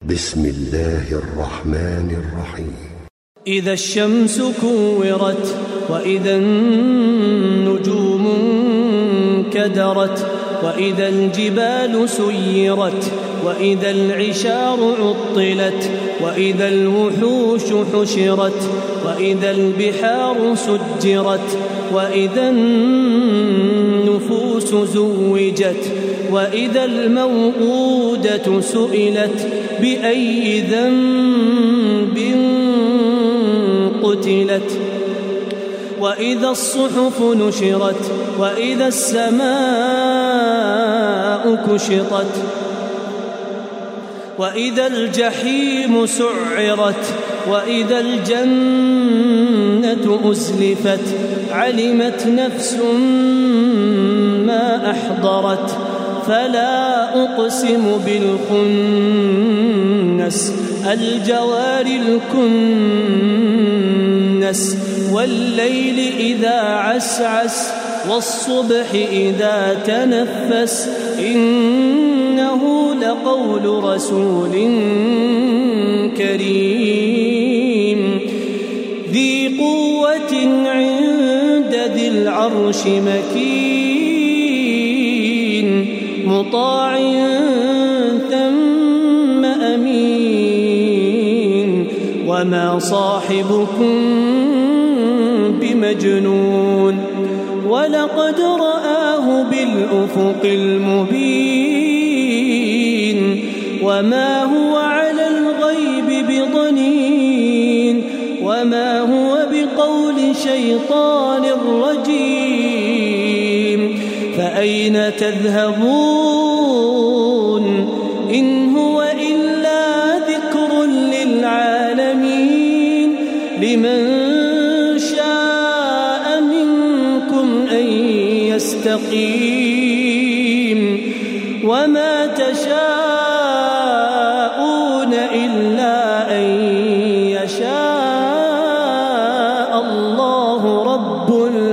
بسم الله الرحمن الرحيم. إذا الشمس كورت وإذا النجوم انكدرت وإذا الجبال سيرت وإذا العشار عطلت وإذا الوحوش حشرت وإذا البحار سجرت وإذا النفوس زوجت وإذا الموءودة سئلت بأي ذنب قتلت وإذا الصحف نشرت وإذا السماء كشطت وإذا الجحيم سعرت وإذا الجنة أزلفت علمت نفس ما أحضرت فلا أقسم بالخنس الجوار الكنس والليل إذا عسعس والصبح إذا تنفس إنه لقول رسول كريم ذي قوة عند ذي العرش مكين مطاع ثم أمين وما صاحبكم بمجنون ولقد رآه بالأفق المبين وما هو على الغيب بضنين وما هو بقول شيطان رجيم فأين تذهبون إن هو إلا ذكر للعالمين لمن شاء منكم أن يستقيم وما تشاءون إلا أن يشاء الله رب العالمين.